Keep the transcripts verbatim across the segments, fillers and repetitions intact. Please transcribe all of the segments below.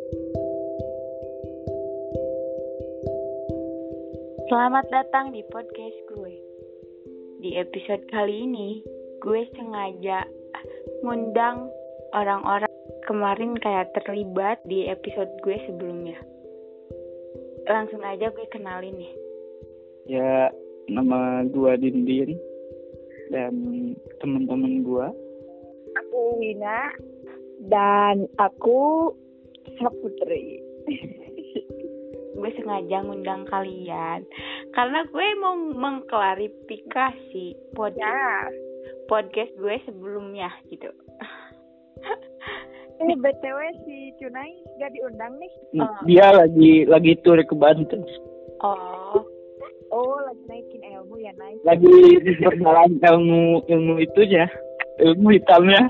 Selamat datang di podcast gue. Di episode kali ini, gue sengaja ngundang orang-orang kemarin kayak terlibat di episode gue sebelumnya. Langsung aja gue kenalin nih. Ya, nama gue Dindin dan teman-teman gue. Aku Wina dan aku Saputri. Gue sengaja ngundang kalian karena gue mau mengklarifikasi podcast Ya. podcast gue sebelumnya gitu. Eh, B T W si Cunai gak diundang nih? Oh. Dia lagi lagi tour ke Banten. Oh, Oh, lagi naikin ilmu ya, naik. Lagi berjalan ilmu ilmu itunya, ilmu hitamnya.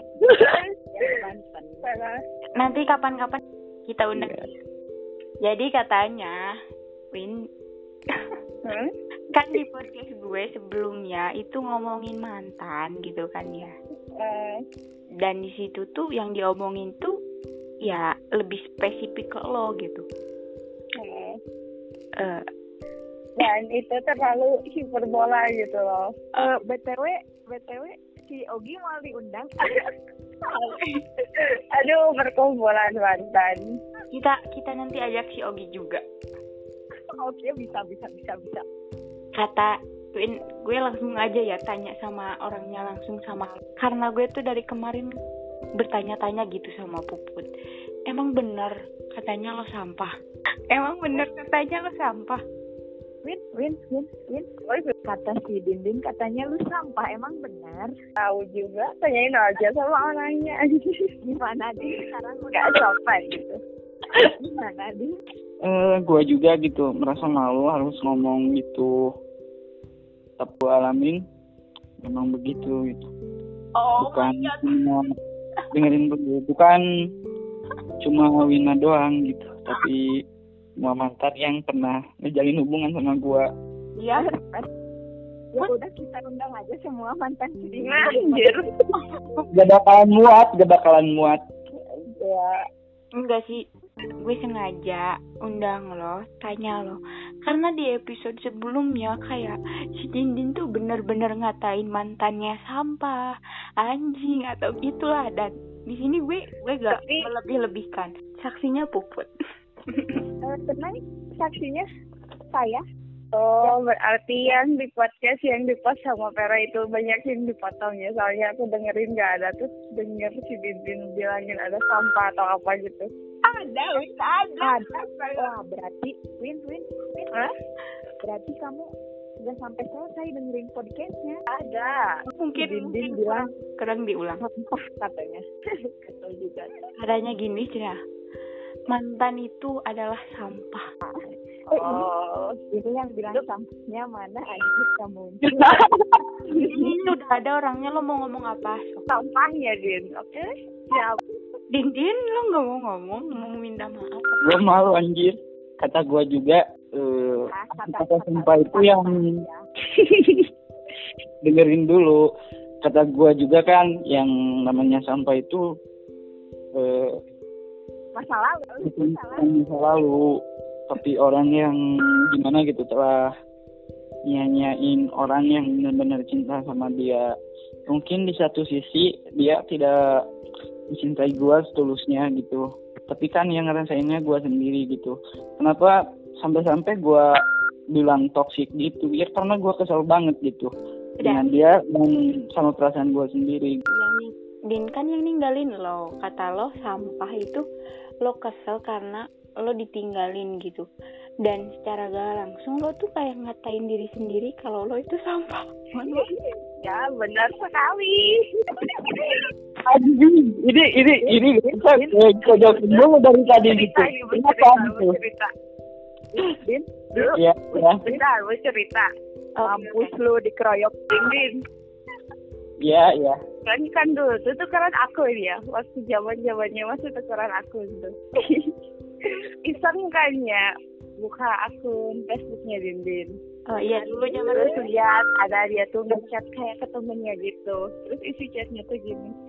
nanti kapan-kapan kita undang. Iya. dia. Jadi katanya, Win, Hmm? kan di podcast gue sebelumnya itu ngomongin mantan gitu kan ya. Eh, Dan di situ tuh yang diomongin tuh ya lebih spesifik ke lo gitu. eh. Eh, Dan itu terlalu hiperbola gitu loh. Eh, B T W, B T W si Ogi mau diundang. Aduh, perkumpulan mantan. kita kita nanti ajak si Ogi juga. Oke, bisa, bisa, bisa, bisa. Kata Win, gue langsung aja ya tanya sama orangnya langsung sama. Karena gue tuh dari kemarin bertanya-tanya gitu sama Puput. Emang bener katanya lo sampah? Emang bener katanya lo sampah? Win, Win, Win, Win. Oh, kata si Dindin katanya lu sampah, emang benar? Tahu juga, tanyain aja sama orangnya. Gimana Din? Sekarang udah sopan gitu. Gimana Din? Eh, gue juga gitu merasa malu harus ngomong gitu. Tapi gue alamin memang begitu gitu. Oh Bukan my God. cuma dengerin dulu, bukan cuma Wina doang gitu, tapi semua mantan yang pernah ngejalin hubungan sama gue. Iya. Ya udah, kita undang aja semua mantan si Dindin. Anjir. Gak bakalan muat, gak bakalan muat. Ya, Enggak sih, gue sengaja undang lo, tanya lo. Karena di episode sebelumnya kayak si Dindin tuh bener-bener ngatain mantannya sampah, anjing atau gitulah. Dan di sini gue gue gak Tapi- melebih-lebihkan. Saksinya Puput. eh, tenang, saksinya saya. Oh, berarti yang di podcast yang dipost sama Vera itu banyak yang dipotong ya. Soalnya aku dengerin gak ada, tuh denger si Dindin bilangin ada sampah atau apa gitu. Ada, Win, ada. Ada. Wah, berarti Win, Win, Win. Hah? Berarti kamu udah sampai selesai dengerin podcastnya. Ada. Mungkin Dindin mungkin bilang kurang diulang. sampah katanya. Betul juga. Adanya gini sih ya. Mantan itu adalah sampah. Oh, ini yang bilang sampahnya mana? Anjir kamu. Ini udah ada orangnya, lo mau ngomong apa? So. Sampahnya, Din. Oke. Siap. Dindin, lo nggak mau ngomong, mau minta maaf? Gue malu anjir. Kata gue juga eh, kata sampah itu yang dengerin dulu. Kata gue juga kan yang namanya sampah itu eh, Masa lalu. bukan Masa lalu. masa lalu, tapi orang yang gimana gitu telah nyanyain orang yang benar-benar cinta sama dia. Mungkin di satu sisi dia tidak mencintai gue setulusnya gitu, tapi kan yang ngerasainnya gue sendiri gitu. Kenapa sampai-sampai gue bilang toksik gitu? Ya karena gue kesel banget gitu dengan dia dan sama perasaan gue sendiri. Yang nih, Din kan yang ninggalin lo, kata lo sampah itu lo kesel karena lo ditinggalin gitu. Dan secara gak langsung lo tuh kayak ngatain diri sendiri kalau lo itu sampah. Ya, benar sekali. Aduh, ini ini ini kita kejauh dulu dari tadi gitu. Cerita, Ibu Kenapa cerita, gitu? Ibu cerita. Din, Ya, ya, bentar, gue cerita. Mampus lu dikeroyok Dindin. ya, ya. Kan kan dulu tuh tukeran akun ya, waktu zaman zamannya masih tukeran akun tuh. Iseng kan ya, buka akun Facebooknya Dindin. Oh iya, dulu zaman Terus lihat ada dia tuh ngechat kayak ke temennya gitu. Terus isi chatnya tuh gini,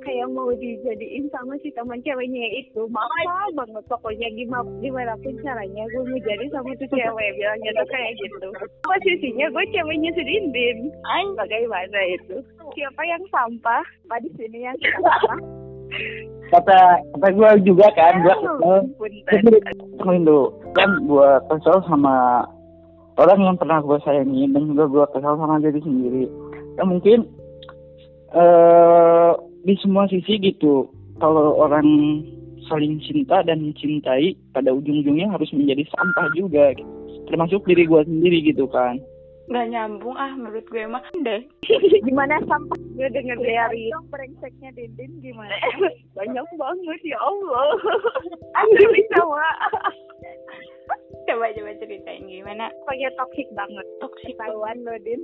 kayak mau dijadiin sama si teman ceweknya itu. Maksa banget pokoknya gimana gimana pun caranya gue mau jadi sama tuh cewek, bilangnya tuh kayak gitu. Posisinya gue ceweknya si Dindin. Bagaimana itu? Siapa yang sampah? Apa di sini yang sampah? Kata kata gue juga kan, gue kesel dulu kan, gue kesel sama orang yang pernah gue sayangi, dan juga gue kesel sama diri sendiri. Ya mungkin eh, di semua sisi gitu, kalau orang saling cinta dan mencintai, pada ujung-ujungnya harus menjadi sampah juga gitu. Termasuk diri gue sendiri gitu kan. Nggak nyambung ah menurut gue mah deh. Gimana sampah? Gue denger dari dong brengseknya Dindin gimana? Banyak banget ya Allah. Anjir bisa Wak. Coba coba ceritain gimana. Pokoknya toksik banget. Toksik Tahuan lo Din.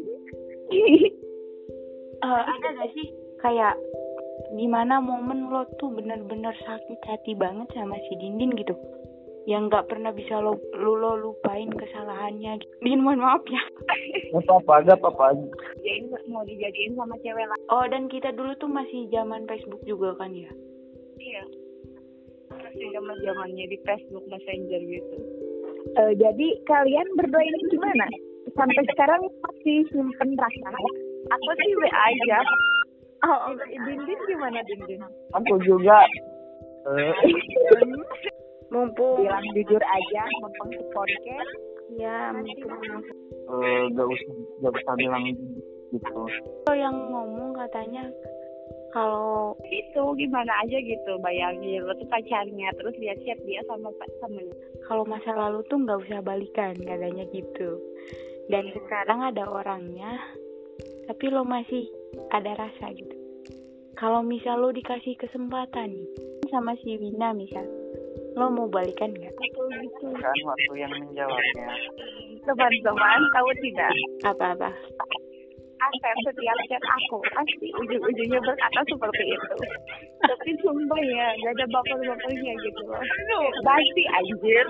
uh, ada gak sih kayak gimana momen lo tuh bener-bener sakit hati banget sama si Dindin gitu, yang nggak pernah bisa lo, lo lo lupain kesalahannya. Din, mohon maaf ya. Gak apa-apa, gak apa-apa. Jadi mau dijadiin sama cewek lah. Oh, dan kita dulu tuh masih zaman Facebook juga kan ya? Iya. Masih zaman zamannya di Facebook Messenger gitu. Uh, jadi kalian berdua ini gimana? Sampai sekarang masih simpen rasa? Aku sih W A aja. Oh, Dindin gimana Dindin? Aku juga. Uh, Mumpung bilang jujur aja, mumpung ke podcast. Ya, mumpung uh, gak usah gak usah bilang gitu. Lo yang ngomong katanya kalau itu gimana aja gitu, bayangin lo tuh pacarnya terus lihat chat dia sama temennya. Kalau masa lalu tuh nggak usah balikan katanya gitu. Dan sekarang ada orangnya, tapi lo masih ada rasa gitu. Kalau misal lo dikasih kesempatan nih sama si Wina misal, lo mau balikan nggak? Gitu. Kan waktu yang menjawabnya. Teman-teman tahu tidak? Apa-apa? Asep setiap chat aku pasti ujung-ujungnya berkata seperti itu. Tapi sumpah ya, gak ada baper-bapernya gitu loh. Pasti anjir.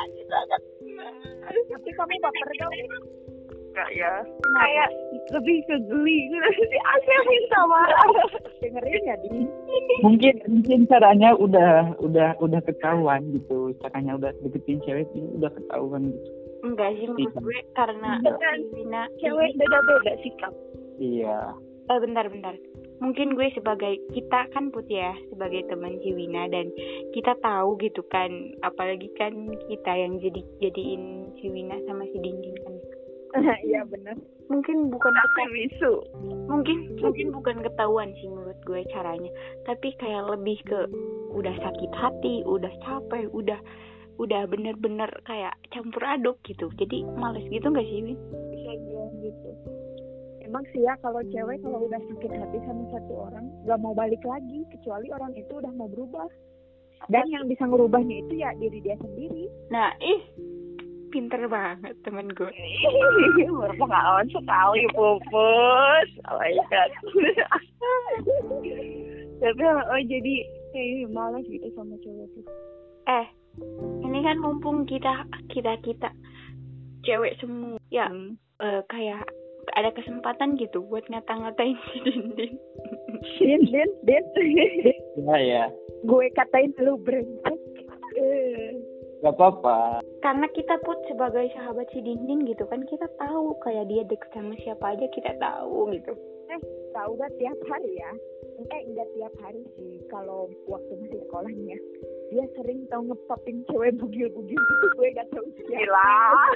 Tapi kamu baper gak? Enggak ya. Kayak lebih ke geli gitu. Si Asep minta marah. Dengerin ya, Di. Mungkin mungkin caranya udah udah udah ketahuan gitu. Caranya udah deketin cewek itu udah ketahuan gitu. Enggak sih menurut gue, karena kan Wina cewek beda-beda sikap. Iya. Eh bentar-bentar. Mungkin gue sebagai, kita kan Put ya, sebagai teman si Wina, dan kita tahu gitu kan, apalagi kan kita yang jadi jadiin si Wina sama si Dindin kan. Iya benar. Mungkin bukan ketahuan, mungkin mungkin bukan ketahuan sih menurut gue caranya, tapi kayak lebih ke udah sakit hati, udah capek, udah udah bener-bener kayak campur aduk gitu. Jadi males gitu nggak sih, Win? Bisa bilang gitu. Emang sih ya, kalau cewek kalau udah sakit hati sama satu orang nggak mau balik lagi, kecuali orang itu udah mau berubah. Dan yang bisa ngerubahnya itu ya diri dia sendiri. Nah, ih, pinter banget temen gue. Berpengalaman sekali, Pupus. Oh my God. Tapi oh jadi kayak malas gitu sama cewek tuh. Eh, ini kan mumpung kita kita kita cewek semua ya, hmm. uh, kayak ada kesempatan gitu buat ngata-ngatain si Dindin. Din, Din, Din. Ya ya. Gue katain lu brengsek. Gak apa-apa. Karena kita Put sebagai sahabat si Dindin gitu kan, kita tahu kayak dia deket sama siapa aja, kita tahu gitu. Eh, tahu gak tiap hari ya? Eh, enggak tiap hari sih, kalau waktu masih sekolahnya. Dia sering tau ngepopin cewek bugil-bugil gitu, gue gak tau siapa.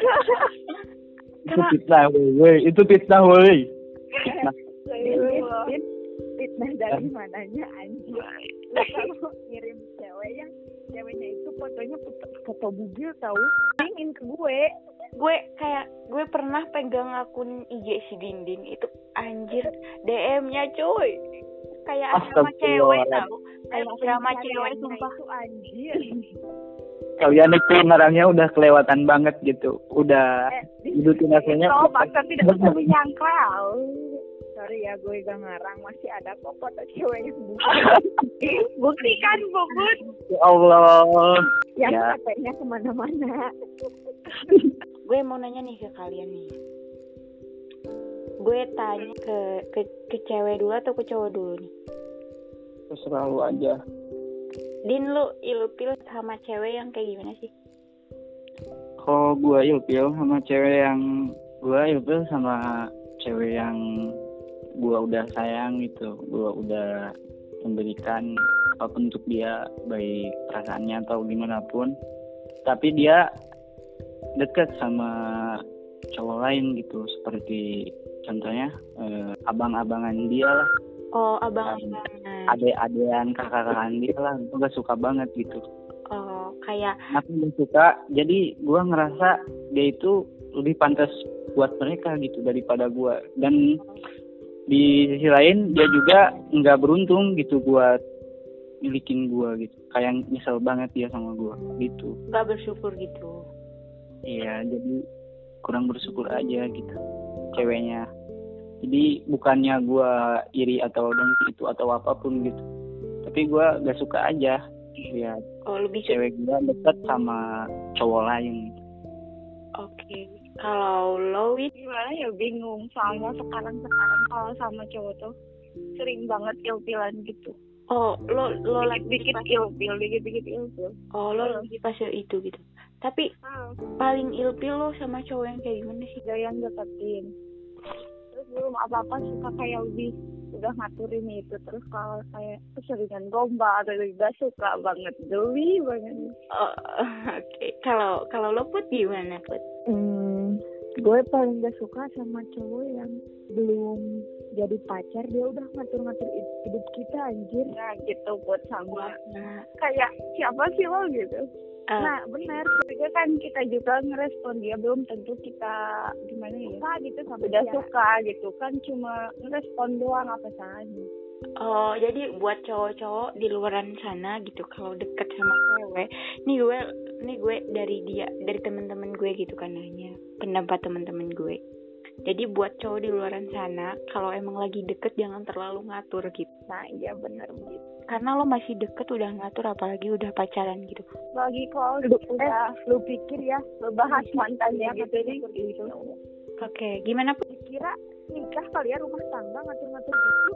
Itu fitnah, woi. Itu fitnah, woi. Fitnah. Fitnah dari mananya anjir. Lu kalau ngirim cewek yang ceweknya itu fotonya foto, foto bugil tau, ingin ke gue. Gue kayak gue pernah pegang akun I G si Dindin itu, anjir, D M-nya cuy. Kayak sama cewek tau. Kayak sama cewek sumpah. Itu anjir. Kalian itu ngarangnya udah kelewatan banget gitu. Udah eh, hidutin hasilnya. Oh, paksa tidak bisa menyangkal. Sorry ya, gue gak ngarang. Masih ada kok foto cewek yang bukti. Buktikan, Bubut. Ya Allah. Yang ya. Katanya kemana-mana. Gue mau nanya nih ke kalian nih. Gue tanya ke, ke ke cewek dulu atau ke cowok dulu nih? terserah lu aja. Din, lu ilfil sama cewek yang kayak gimana sih? Kalau gua ilfil sama cewek yang gua ilfil sama cewek yang gua udah sayang gitu, gua udah memberikan apapun untuk dia, baik perasaannya atau gimana pun, tapi dia deket sama cowok lain gitu, seperti contohnya eh, abang-abangan dia lah. Oh, abang-abangan. Adek-adean, kakak-kakan dia lah, gue gak suka banget gitu. Oh, kayak aku gak suka, jadi gue ngerasa dia itu lebih pantas buat mereka gitu daripada gue. Dan di sisi lain dia juga nggak beruntung gitu buat milikin gue gitu, kayak nyesel banget dia sama gue gitu. Gak bersyukur gitu. Iya, jadi kurang bersyukur aja gitu ceweknya. Jadi bukannya gue iri atau dengki itu atau apapun gitu, tapi gue gak suka aja lihat oh, lebih cewek gue deket sama cowok lain. Oke, okay. Kalau lo gimana ya, bingung soalnya sekarang-sekarang kalau sama cowok tuh sering banget ilpilan gitu. Oh, lo lo lagi dikit ilpil, dikit-dikit ilpil. Oh, lo lagi pas itu gitu. Tapi hmm. paling ilpil lo sama cowok yang kayak gimana sih? Gak yang deketin. Terus belum apa-apa suka kayak lebih udah ngaturin itu. Terus kalau kayak keseringan gombal atau gak suka banget, geli banget. Oh, oke. Okay. Kalau kalau lo Put gimana, Put? Hmm, gue paling gak suka sama cowok yang belum jadi pacar dia udah ngatur-ngatur hidup kita, anjir. Nah gitu buat sama nah. Kayak siapa sih lo gitu. uh. Nah benar juga kan kita juga ngerespon dia, belum tentu kita gimana ya suka gitu sama udah dia. Suka gitu kan, cuma ngerespon doang, apa salahnya. Oh, jadi buat cowok-cowok di luaran sana gitu, kalau deket sama cewek, nih gue nih gue dari dia dari teman-teman gue gitu kan, nanya pendapat teman-teman gue. Jadi buat cowok di luaran sana, kalau emang lagi deket jangan terlalu ngatur gitu. Nah iya benar begitu. Karena lo masih deket udah ngatur, apalagi udah pacaran gitu. Lagi kalau lu, udah eh, lu pikir ya, lu bahas mantannya gitu nih. Gitu. Oke, okay. Gimana Put? Kira nikah kalian rumah tangga ngatur-ngatur gitu?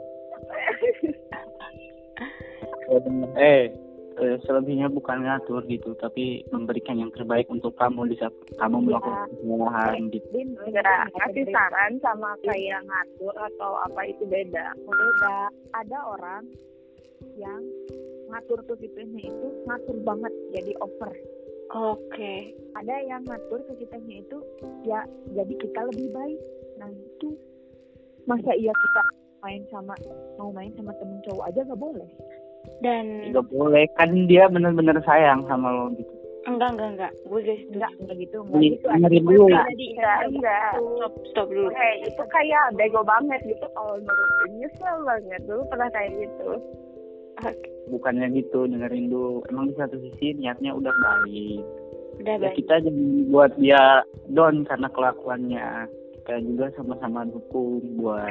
eh selebihnya bukan ngatur gitu, tapi memberikan yang terbaik untuk kamu di saat kamu melakukan kesalahan gitu. Enggak, kasih saran sama kayak ngatur atau apa itu beda. Beda. Ada orang yang ngatur tuh kitanya itu ngatur banget, jadi over. Oke. Okay. Ada yang ngatur ke kitanya itu ya jadi kita lebih baik. Nah itu masa iya kita main sama mau main sama temen cowok aja nggak boleh? Dan nggak boleh kan, dia benar-benar sayang sama lo gitu. Enggak enggak enggak, gue guys enggak enggak gitu, enggak gitu. Dengerin dulu. Enggak enggak. Stop stop dulu. Hey, itu kayak bego banget gitu kalau menurut gue, nyesel banget dulu pernah kayak gitu. Okay. Bukannya gitu, dengerin dulu. Emang di satu sisi niatnya udah baik. Udah ya, baik. Kita jangan buat dia down karena kelakuannya. Kita juga sama-sama dukung buat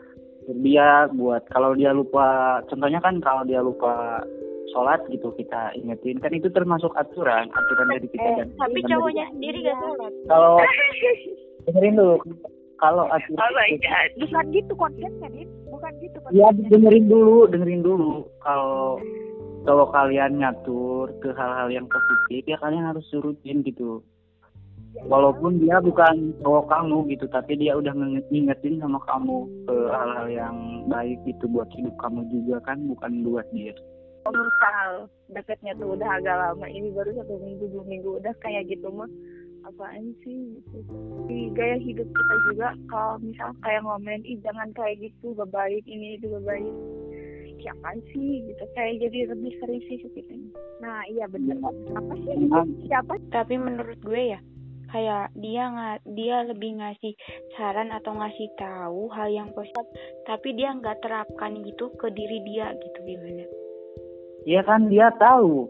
dia, buat kalau dia lupa, contohnya kan kalau dia lupa sholat gitu kita ingetin, kan itu termasuk aturan aturan dari kita. Eh, dan tapi cowoknya sendiri gak sholat. Kalau dengerin dulu, kalau aturan oh my God. Bukan gitu konsepnya, Din. Bukan gitu konsepnya. Ya dengerin dulu, dengerin dulu. Kalau kalau kalian ngatur ke hal-hal yang positif, ya kalian harus turutin gitu. Walaupun dia bukan cowok kamu gitu, tapi dia udah ngingetin sama kamu ke hal-hal yang baik gitu buat hidup kamu juga kan, bukan buat dia. Misal deketnya tuh udah agak lama, ini baru satu minggu dua minggu udah kayak gitu mah apaan sih gitu. Di gaya hidup kita juga kalau misal kayak ngomen, ih jangan kayak gitu, gak baik, ini itu gak baik. Siapa sih gitu, kayak jadi lebih sering sih gitu. Nah iya bener, apa sih siapa? Tapi menurut gue ya, kayak dia nggak dia lebih ngasih saran atau ngasih tahu hal yang positif, tapi dia nggak terapkan gitu ke diri dia gitu, gimana? Iya kan, dia tahu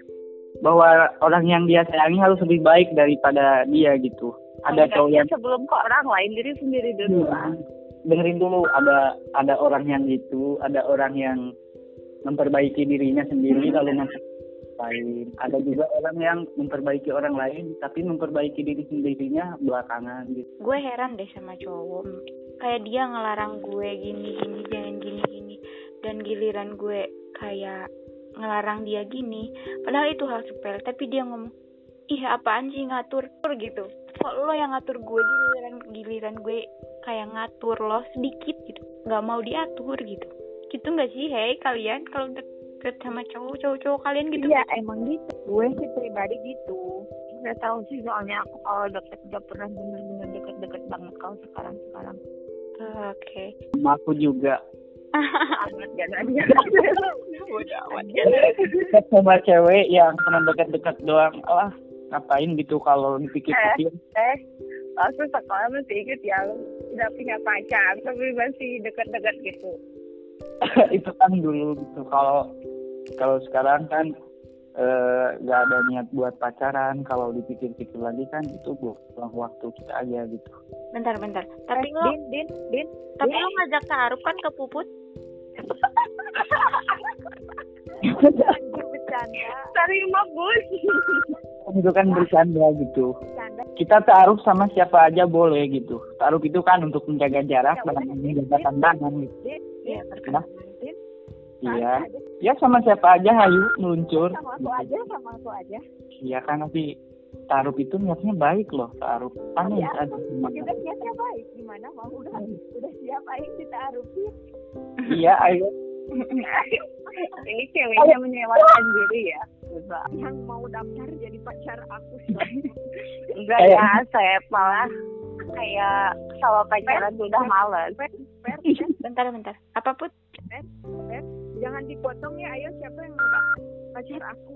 bahwa orang yang dia sayangi harus lebih baik daripada dia gitu. Ada cowok yang sebelum ke orang lain, diri sendiri dulu. Hmm, dengerin dulu, ada ada orang yang gitu, ada orang yang memperbaiki dirinya sendiri hmm. lalu lain. Ada juga orang yang memperbaiki orang lain tapi memperbaiki diri sendirinya belakangan gitu. Gue heran deh sama cowok, kayak dia ngelarang gue gini gini jangan gini gini, dan giliran gue kayak ngelarang dia gini, padahal itu hal sepele, tapi dia ngomong, ih apaan sih ngatur gitu, kok lo yang ngatur gue, giliran giliran gue kayak ngatur lo sedikit gitu, nggak mau diatur gitu, gitu nggak sih? Hei kalian kalau deket sama cowok cowok kalian gitu? Iya emang gitu, gue sih pribadi gitu. Nggak tahu sih, soalnya aku kalau deket gak pernah bener-bener deket-deket banget kalau sekarang sekarang. Oke. Okay. Sama aku juga. Amat jangan Udah amat Deket sama cewek yang pernah dekat-dekat doang. Ah, ngapain gitu kalau dipikir-pikir. Eh, eh, waktu sekolah masih inget ya, lu udah punya pacar tapi masih dekat-dekat gitu. Itu kan dulu gitu. Kalau kalau sekarang kan nggak eh, ada niat buat pacaran. Kalau dipikir-pikir lagi kan itu buang waktu kita aja gitu. Bentar-bentar. Tapi eh, lo, din, din, din, tapi din. lo ngajak taruh kan ke Puput? Bercanda. Terima bos. Itu kan bercanda gitu. Bercanda. Kita taruh sama siapa aja boleh gitu. Taruh itu kan untuk menjaga jarak dan menjaga pandangan gitu. Iya, Nah, iya. Ya sama siapa aja hayu meluncur. Sama aku aja, sama aku aja. Iya kan nanti taruh itu niatnya baik loh, taruh panen ya, aja. Kita niatnya baik, gimana mau udah udah siap ayo kita arupi. Iya, ayo. Ini ceweknya menyewakan diri ya. Yang mau daftar jadi pacar aku sih. Enggak ya, saya malah kayak sama pacaran udah males. Bentar-bentar. Apa Put? Jangan dipotong ya, ayo siapa yang mau daftar pacar aku?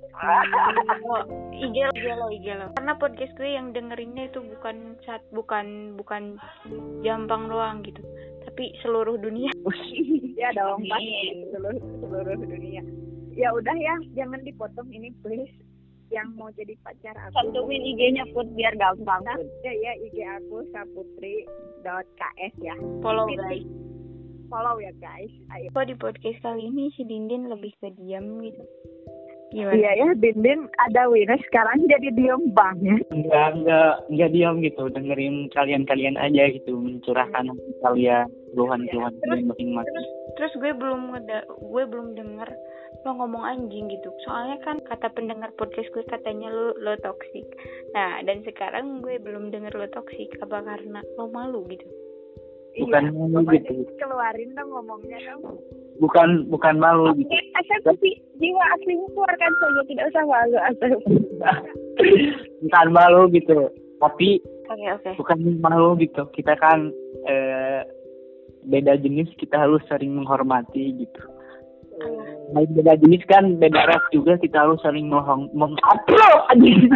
Oh, I G lo, I G lo, I G lo. Karena podcast gue yang dengerinnya itu bukan saat bukan bukan Jampang doang gitu, tapi seluruh dunia. Ya dong, pasti seluruh seluruh dunia. Ya udah ya, jangan dipotong ini please. Yang mau jadi pacar aku. Cantumin I G-nya Put biar gampang. Ya ya, I G aku saputri dot k s ya. Follow guys. Follow ya guys. Ayo. Kok di podcast kali ini si Dindin lebih ke diam gitu? Gimana? Iya ya, Dindin ada Wina sekarang jadi diam banget. Enggak, enggak, enggak diam gitu, dengerin kalian-kalian aja gitu, mencurahkan kalian, keluhan-keluhan kalian masing-masing. Terus, terus gue belum ngeda, gue belum denger lo ngomong anjing gitu. Soalnya kan kata pendengar podcast gue katanya lo lo toksik. Nah, dan sekarang gue belum denger lo toksik. Apa karena lo malu gitu? Bukan iya, malu gitu. Keluarin dong ngomongnya dong. Bukan bukan malu gitu. Asal tapi jiwa aslimu keluarkan saja, tidak usah malu asal. Bukan malu gitu. Tapi Oke, oke. bukan malu gitu. Kita kan eh, beda jenis, kita harus sering menghormati gitu. Nah, beda jenis kan beda ras juga, kita harus sering mengupload anjing.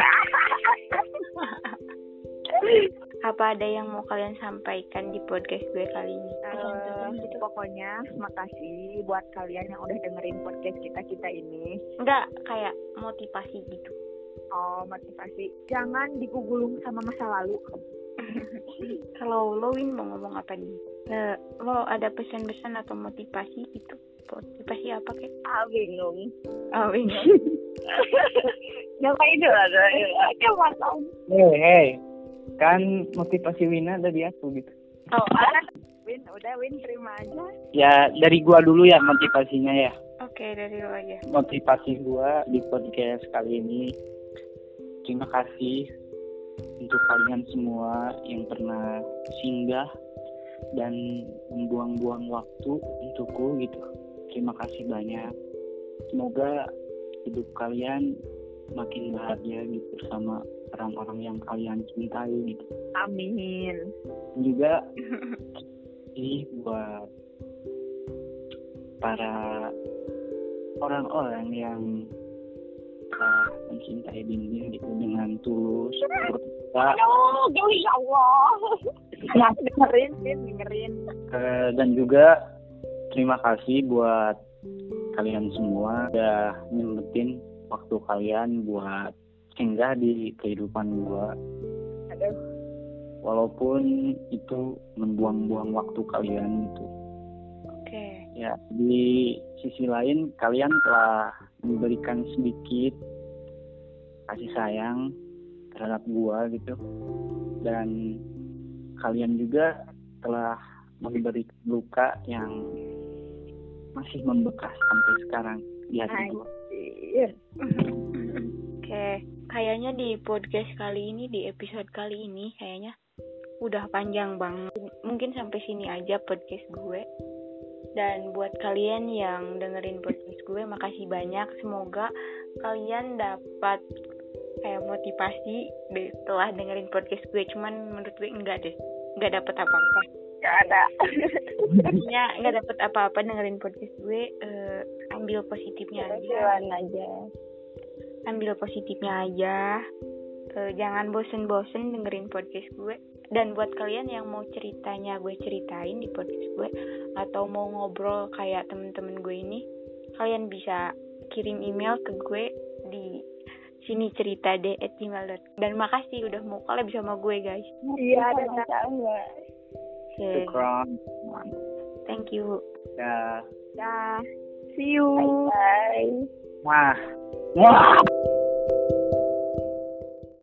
Apa ada yang mau kalian sampaikan di podcast gue kali ini? Uh, pokoknya makasih buat kalian yang udah dengerin podcast kita kita ini. Enggak, kayak motivasi gitu. Oh, motivasi. Jangan digugulung sama masa lalu. Kalau lo Win mau ngomong apa nih? Uh, lo ada pesan-pesan atau motivasi gitu? Motivasi apa kayak? Ah, bingung. Oh, bingung. Ngapain dulu ada? Coba tahu. Hei, hei. Kan motivasi Wina dari aku gitu. Oh, ah. Win, udah Win terima aja. Ya dari gua dulu ya motivasinya ya. Oke, okay, dari lo aja. Motivasi gua di podcast kali ini, terima kasih untuk kalian semua yang pernah singgah dan membuang-buang waktu untukku gitu. Terima kasih banyak. Semoga hidup kalian makin bahagia gitu sama orang-orang yang kalian cintai gitu. Amin. Dan juga ini buat para orang-orang yang uh, mencintai Dindin gitu dengan tulus, berdoa. Aduh, ya Allah. Ya, dengerin, Din, dengerin. Uh, dan juga terima kasih buat kalian semua udah nyempetin waktu kalian buat singgah di kehidupan gua. Aduh. Walaupun itu membuang-buang waktu kalian gitu. Oke. Okay. Ya, di sisi lain kalian telah memberikan sedikit kasih sayang terhadap gua gitu. Dan kalian juga telah memberi luka yang masih membekas sampai sekarang di hati gue. Iya. Oke, kayaknya di podcast kali ini, di episode kali ini kayaknya udah panjang banget. Mungkin sampai sini aja podcast gue. Dan buat kalian yang dengerin podcast gue, makasih banyak. Semoga kalian dapat kayak motivasi deh setelah dengerin podcast gue. Cuman menurut gue enggak deh, enggak dapat apa-apa. Gak ada. Intinya enggak dapat apa-apa dengerin podcast gue. Uh, ambil positifnya aja. Jalan aja. Ambil positifnya aja. Uh, jangan bosen-bosen dengerin podcast gue. Dan buat kalian yang mau ceritanya gue ceritain di podcast gue, atau mau ngobrol kayak temen-temen gue ini, kalian bisa kirim email ke gue di sini cerita deh at gmail dot com. Dan makasih udah mau collab sama gue guys. Iya, sama-sama. Okay. Syukron. Thank you. Ya. Ya. See you. Bye. Wah. Wah.